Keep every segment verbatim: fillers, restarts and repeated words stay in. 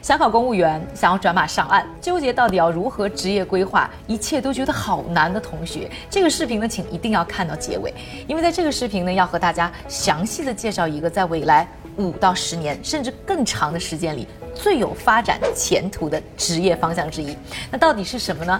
想考公务员，想要转码上岸，纠结到底要如何职业规划，一切都觉得好难的同学，这个视频呢，请一定要看到结尾，因为在这个视频呢，要和大家详细的介绍一个在未来五到十年甚至更长的时间里最有发展前途的职业方向之一。那到底是什么呢？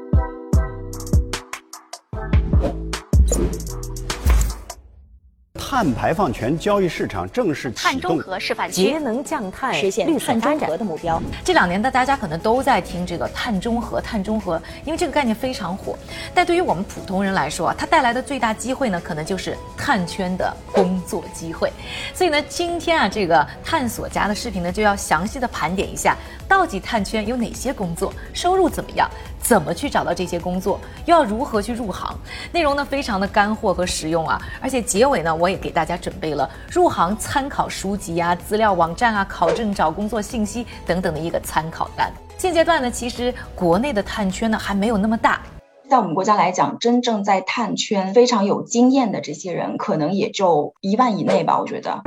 碳排放权交易市场正式启动， 碳中和示范区， 节能降碳， 实现绿色碳中发展和的目标。 这两年的大家可能都在听这个碳中和，碳中和，因为这个概念非常火。但对于我们普通人来说啊，它带来的最大机会呢，可能就是碳圈的工作机会。所以呢，今天啊，这个探索家的视频呢，就要详细的盘点一下，到底碳圈有哪些工作，收入怎么样，怎么去找到这些工作，又要如何去入行。内容呢，非常的干货和实用啊，而且结尾呢，我也给大家准备了入行参考书籍啊、资料网站啊、考证找工作信息等等的一个参考单。现阶段呢，其实国内的碳圈呢还没有那么大。 在我们国家来讲，真正在碳圈非常有经验的这些人，可能也就一万以内吧，我觉得。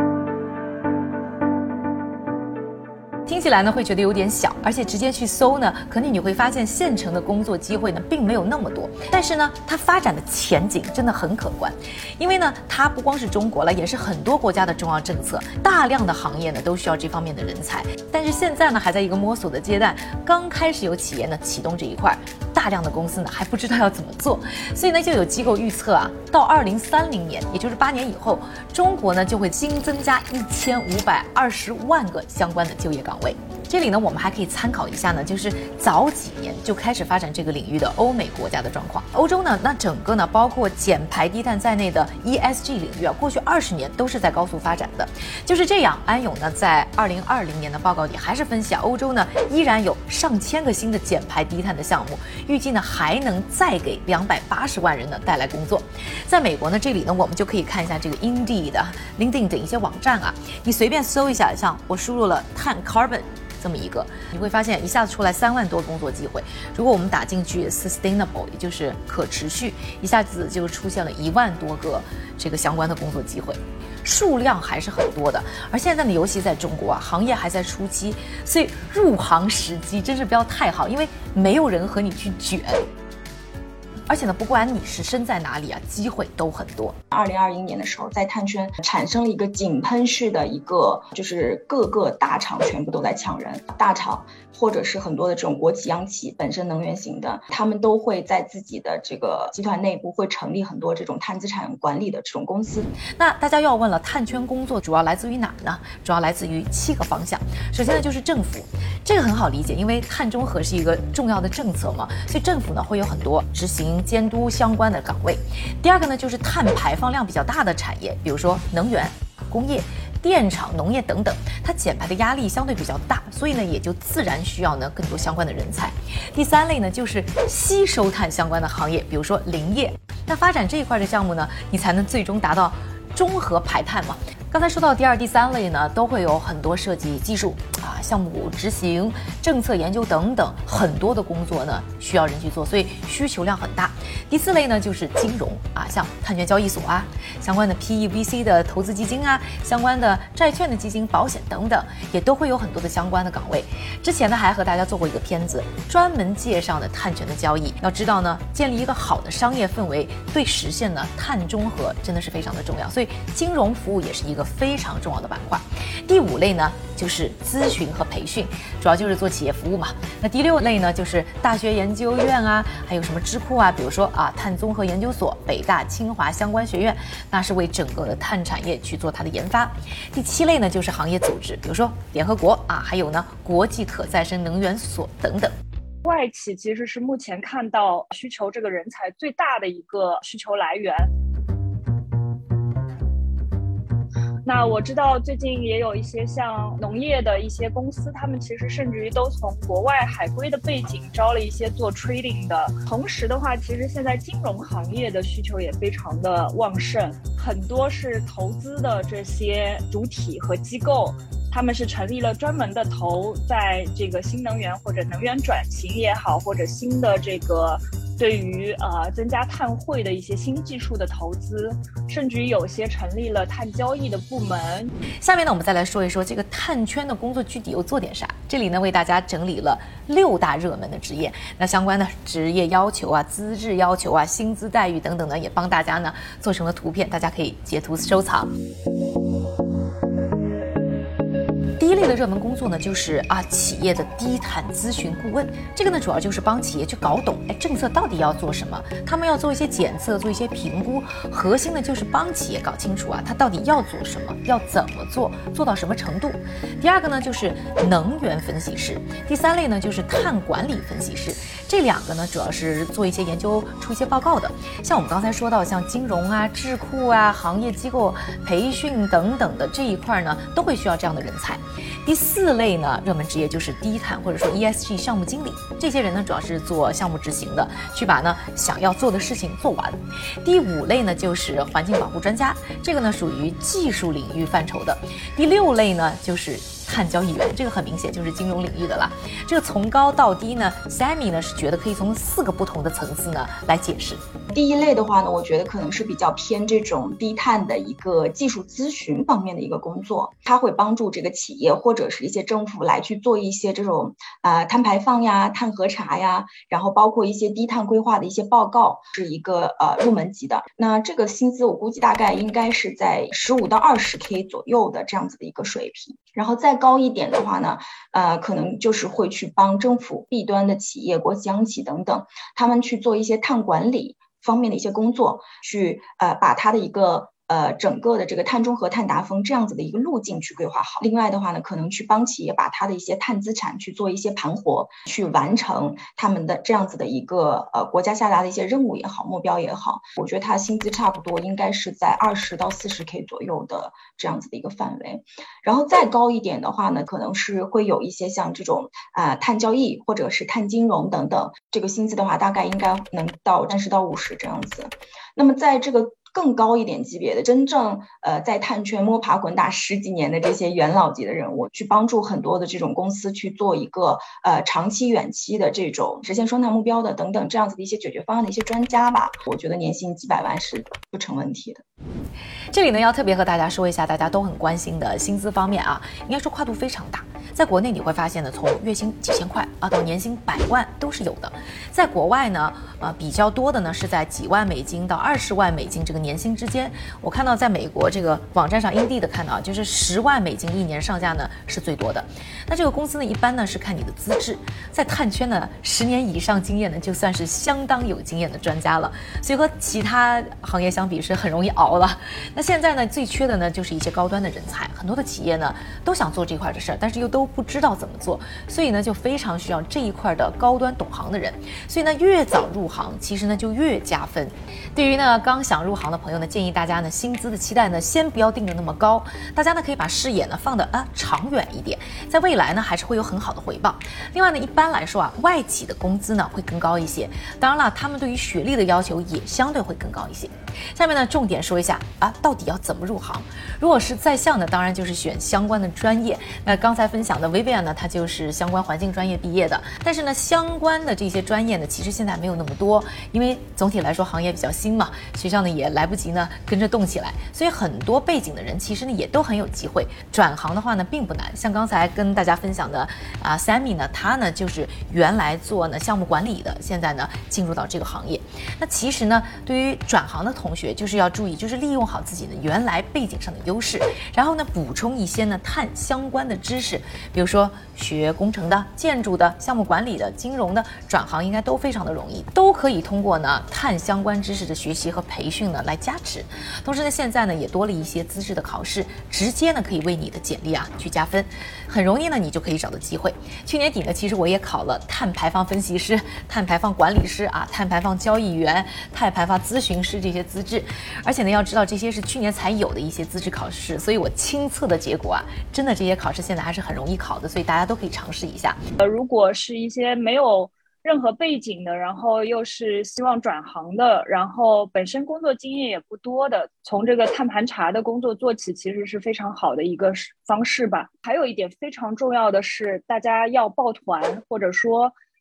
听起来呢会觉得有点小，而且直接去搜呢，可能你会发现现成的工作机会呢并没有那么多。但是呢，它发展的前景真的很可观，因为呢，它不光是中国了，也是很多国家的重要政策，大量的行业呢都需要这方面的人才。但是现在呢还在一个摸索的阶段，刚开始有企业呢启动这一块，大量的公司呢还不知道要怎么做，所以呢就有机构预测啊，到二零三零年，也就是八年以后，中国呢就会新增加一千五百二十万个相关的就业岗位。这里呢，我们还可以参考一下呢，就是早几年就开始发展这个领域的欧美国家的状况。欧洲呢，那整个呢，包括减排低碳在内的 E S G 领域啊，过去二十年都是在高速发展的。就是这样，安永呢在二零二零年的报告里还是分析啊，欧洲呢依然有上千个新的减排低碳的项目，预计呢还能再给两百八十万人呢带来工作。在美国呢，这里呢我们就可以看一下这个 Indeed、LinkedIn 等一些网站啊，你随便搜一下，像我输入了碳 carbon。这么一个，你会发现一下子出来三万多工作机会。如果我们打进去 sustainable， 也就是可持续，一下子就出现了一万多个这个相关的工作机会，数量还是很多的。而现在呢，尤其在中国啊，行业还在初期，所以入行时机真是不要太好，因为没有人和你去卷。而且呢，不管你是身在哪里啊，机会都很多。 二零二一年的时候，在碳圈产生了一个井喷式的一个，就是各个大厂全部都在抢人，大厂或者是很多的这种国企央企本身能源型的，他们都会在自己的这个集团内部会成立很多这种碳资产管理的这种公司。 那大家要问了，碳圈工作主要来自于哪呢？主要来自于七个方向。首先呢，就是政府，这个很好理解，因为碳中和是一个重要的政策嘛，所以政府呢会有很多执行监督相关的岗位。第二个呢，就是碳排放量比较大的产业，比如说能源、工业、电厂、农业等等，它减排的压力相对比较大，所以呢也就自然需要呢更多相关的人才。第三类呢，就是吸收碳相关的行业，比如说林业。那发展这一块的项目呢，你才能最终达到中和排碳嘛。刚才说到第二、第三类呢，都会有很多涉及技术啊、项目执行、政策研究等等很多的工作呢，需要人去做，所以需求量很大。第四类呢，就是金融啊，像碳权交易所啊，相关的 P E V C 的投资基金啊，相关的债券的基金、保险等等，也都会有很多的相关的岗位。之前呢，还和大家做过一个片子，专门介绍的碳权的交易。要知道呢，建立一个好的商业氛围，对实现呢碳中和真的是非常的重要。所以金融服务也是一个非常重要的板块。第五类呢，就是咨询和培训，主要就是做企业服务嘛。那第六类呢，就是大学研究院啊，还有什么智库啊，比如说啊碳综合研究所、北大、清华相关学院，那是为整个的碳产业去做它的研发。第七类呢，就是行业组织，比如说联合国啊，还有呢国际可再生能源所等等。 外企其实是目前看到需求这个人才最大的一个需求来源。那我知道最近也有一些像农业的一些公司，他们其实甚至于都从国外海归的背景招了一些做 trading 的。同时的话，其实现在金融行业的需求也非常的旺盛，很多是投资的这些主体和机构，他们是成立了专门的投在这个新能源或者能源转型也好，或者新的这个对于呃增加碳汇的一些新技术的投资，甚至于有些成立了碳交易的部门。 下面呢，我们再来说一说这个碳圈的工作具体又做点啥。这里呢，为大家整理了六大热门的职业，那相关的职业要求啊、资质要求啊、薪资待遇等等呢，也帮大家呢做成了图片，大家可以截图收藏。第一类的热门工作呢，就是啊企业的低碳咨询顾问。这个呢，主要就是帮企业去搞懂，哎，政策到底要做什么，他们要做一些检测，做一些评估，核心呢就是帮企业搞清楚啊，它到底要做什么，要怎么做，做到什么程度。第二个呢，就是能源分析师。第三类呢，就是碳管理分析师。这两个呢，主要是做一些研究，出一些报告的。像我们刚才说到，像金融啊、智库啊、行业机构培训等等的这一块呢，都会需要这样的人才。第四类呢，热门职业就是低碳或者说 E S G 项目经理。这些人呢，主要是做项目执行的，去把呢想要做的事情做完。第五类呢，就是环境保护专家，这个呢属于技术领域范畴的。第六类呢，就是碳交易员，这个很明显就是金融领域的啦。这个从高到低呢 ，Sammy 呢是觉得可以从四个不同的层次呢来解释。 第一类的话呢，我觉得可能是比较偏这种低碳的一个技术咨询方面的一个工作，它会帮助这个企业或者是一些政府来去做一些这种呃碳排放呀、碳核查呀，然后包括一些低碳规划的一些报告，是一个呃入门级的。那这个薪资我估计大概应该是在十五到二十 K 左右的这样子的一个水平。然后再高一点的话呢，呃，可能就是会去帮政府 B 端的企业、国企、央企等等，他们去做一些碳管理方面的一些工作，去呃把它的一个呃整个的这个碳中和、碳达峰这样子的一个路径去规划好。另外的话呢，可能去帮企业把它的一些碳资产去做一些盘活，去完成他们的这样子的一个呃国家下达的一些任务也好、目标也好。我觉得它薪资差不多应该是在二十到四十 K 左右的这样子的一个范围。然后再高一点的话呢，可能是会有一些像这种啊、呃、碳交易或者是碳金融等等，这个薪资的话大概应该能到三十到五十这样子。那么在这个更高一点级别的，真正呃在碳圈摸爬滚打十几年的这些元老级的人物，去帮助很多的这种公司去做一个呃长期远期的这种实现双碳目标的等等这样子的一些解决方案的一些专家吧，我觉得年薪几百万是不成问题的。 这里呢要特别和大家说一下大家都很关心的薪资方面啊，应该说跨度非常大。在国内你会发现呢，从月薪几千块啊到年薪百万都是有的。在国外呢，呃比较多的呢是在几万美金到二十万美金这个年薪之间。我看到在美国这个网站上 Indeed 的看到，就是十万美金一年上下呢是最多的。那这个公司呢一般呢是看你的资质，在碳圈呢十年以上经验呢就算是相当有经验的专家了，所以和其他行业相比是很容易熬了。那现在呢最缺的呢就是一些高端的人才，很多的企业呢都想做这块的事儿，但是又都不知道怎么做，所以呢就非常需要这一块的高端懂行的人。所以呢越早入行其实呢就越加分。对于呢刚想入行的朋友呢，建议大家呢薪资的期待呢先不要定得那么高，大家呢可以把视野呢放得啊长远一点，在未来呢还是会有很好的回报。另外呢一般来说啊，外企的工资呢会更高一些，当然了他们对于学历的要求也相对会更高一些。下面呢重点说一下啊到底要怎么入行。如果是在校呢，当然就是选相关的专业。那刚才分享的 Vivian 呢，她就是相关环境专业毕业的，但是呢相关的这些专业呢其实现在没有那么多，因为总体来说行业比较新嘛，学校呢也来不及呢跟着动起来，所以很多背景的人其实呢也都很有机会转行的话呢并不难。像刚才跟大家分享的啊 Sammy 呢，他呢就是原来做呢项目管理的，现在呢进入到这个行业。那其实呢对于转行的同学就是要注意，就是利用好自己的原来背景上的优势，然后呢补充一些呢碳相关的知识，比如说学工程的、建筑的、项目管理的、金融的，转行应该都非常的容易，都可以通过呢碳相关知识的学习和培训呢来加持。同时呢现在呢也多了一些资质的考试，直接呢可以为你的简历啊去加分，很容易呢你就可以找到机会。去年底呢其实我也考了碳排放分析师、碳排放管理师啊、碳排放交易员、碳排放咨询师这些资质，而且呢要知道这些是去年才有的一些资质考试，所以我亲测的结果啊，真的这些考试现在还是很容易考的，所以大家都可以尝试一下。 呃，如果是一些没有任何背景的，然后又是希望转行的，然后本身工作经验也不多的，从这个碳盘查的工作做起，其实是非常好的一个方式吧。还有一点非常重要的是，大家要抱团，或者说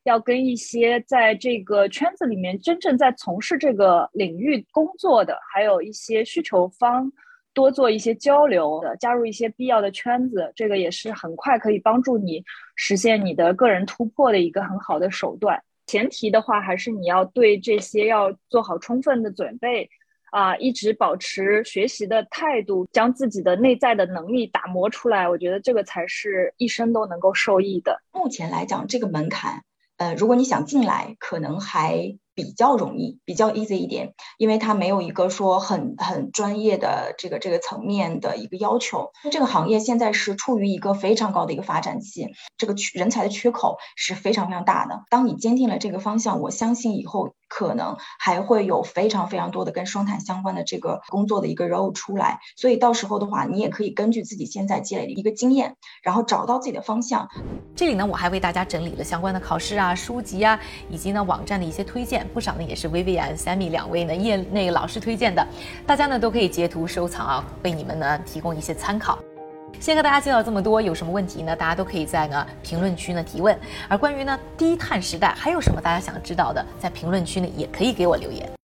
要跟一些在这个圈子里面真正在从事这个领域工作的，还有一些需求方多做一些交流的，加入一些必要的圈子，这个也是很快可以帮助你实现你的个人突破的一个很好的手段。前提的话，还是你要对这些要做好充分的准备啊，一直保持学习的态度，将自己的内在的能力打磨出来，我觉得这个才是一生都能够受益的。 目前来讲，这个门槛，呃，如果你想进来，可能还比较容易，比较 easy 一点，因为它没有一个说很很专业的这个这个层面的一个要求。这个行业现在是处于一个非常高的一个发展期，这个人才的缺口是非常非常大的。当你坚定了这个方向，我相信以后可能还会有非常非常多的跟双碳相关的这个工作的一个 role 出来。所以到时候的话，你也可以根据自己现在积累的一个经验，然后找到自己的方向。 这里呢，我还为大家整理了相关的考试啊、书籍啊，以及呢网站的一些推荐。不少呢也是 Vivian、Sammy 两位呢业内老师推荐的，大家呢都可以截图收藏啊，为你们呢提供一些参考。先和大家介绍这么多，有什么问题呢？大家都可以在呢评论区呢提问。而关于呢低碳时代还有什么大家想知道的，在评论区呢也可以给我留言。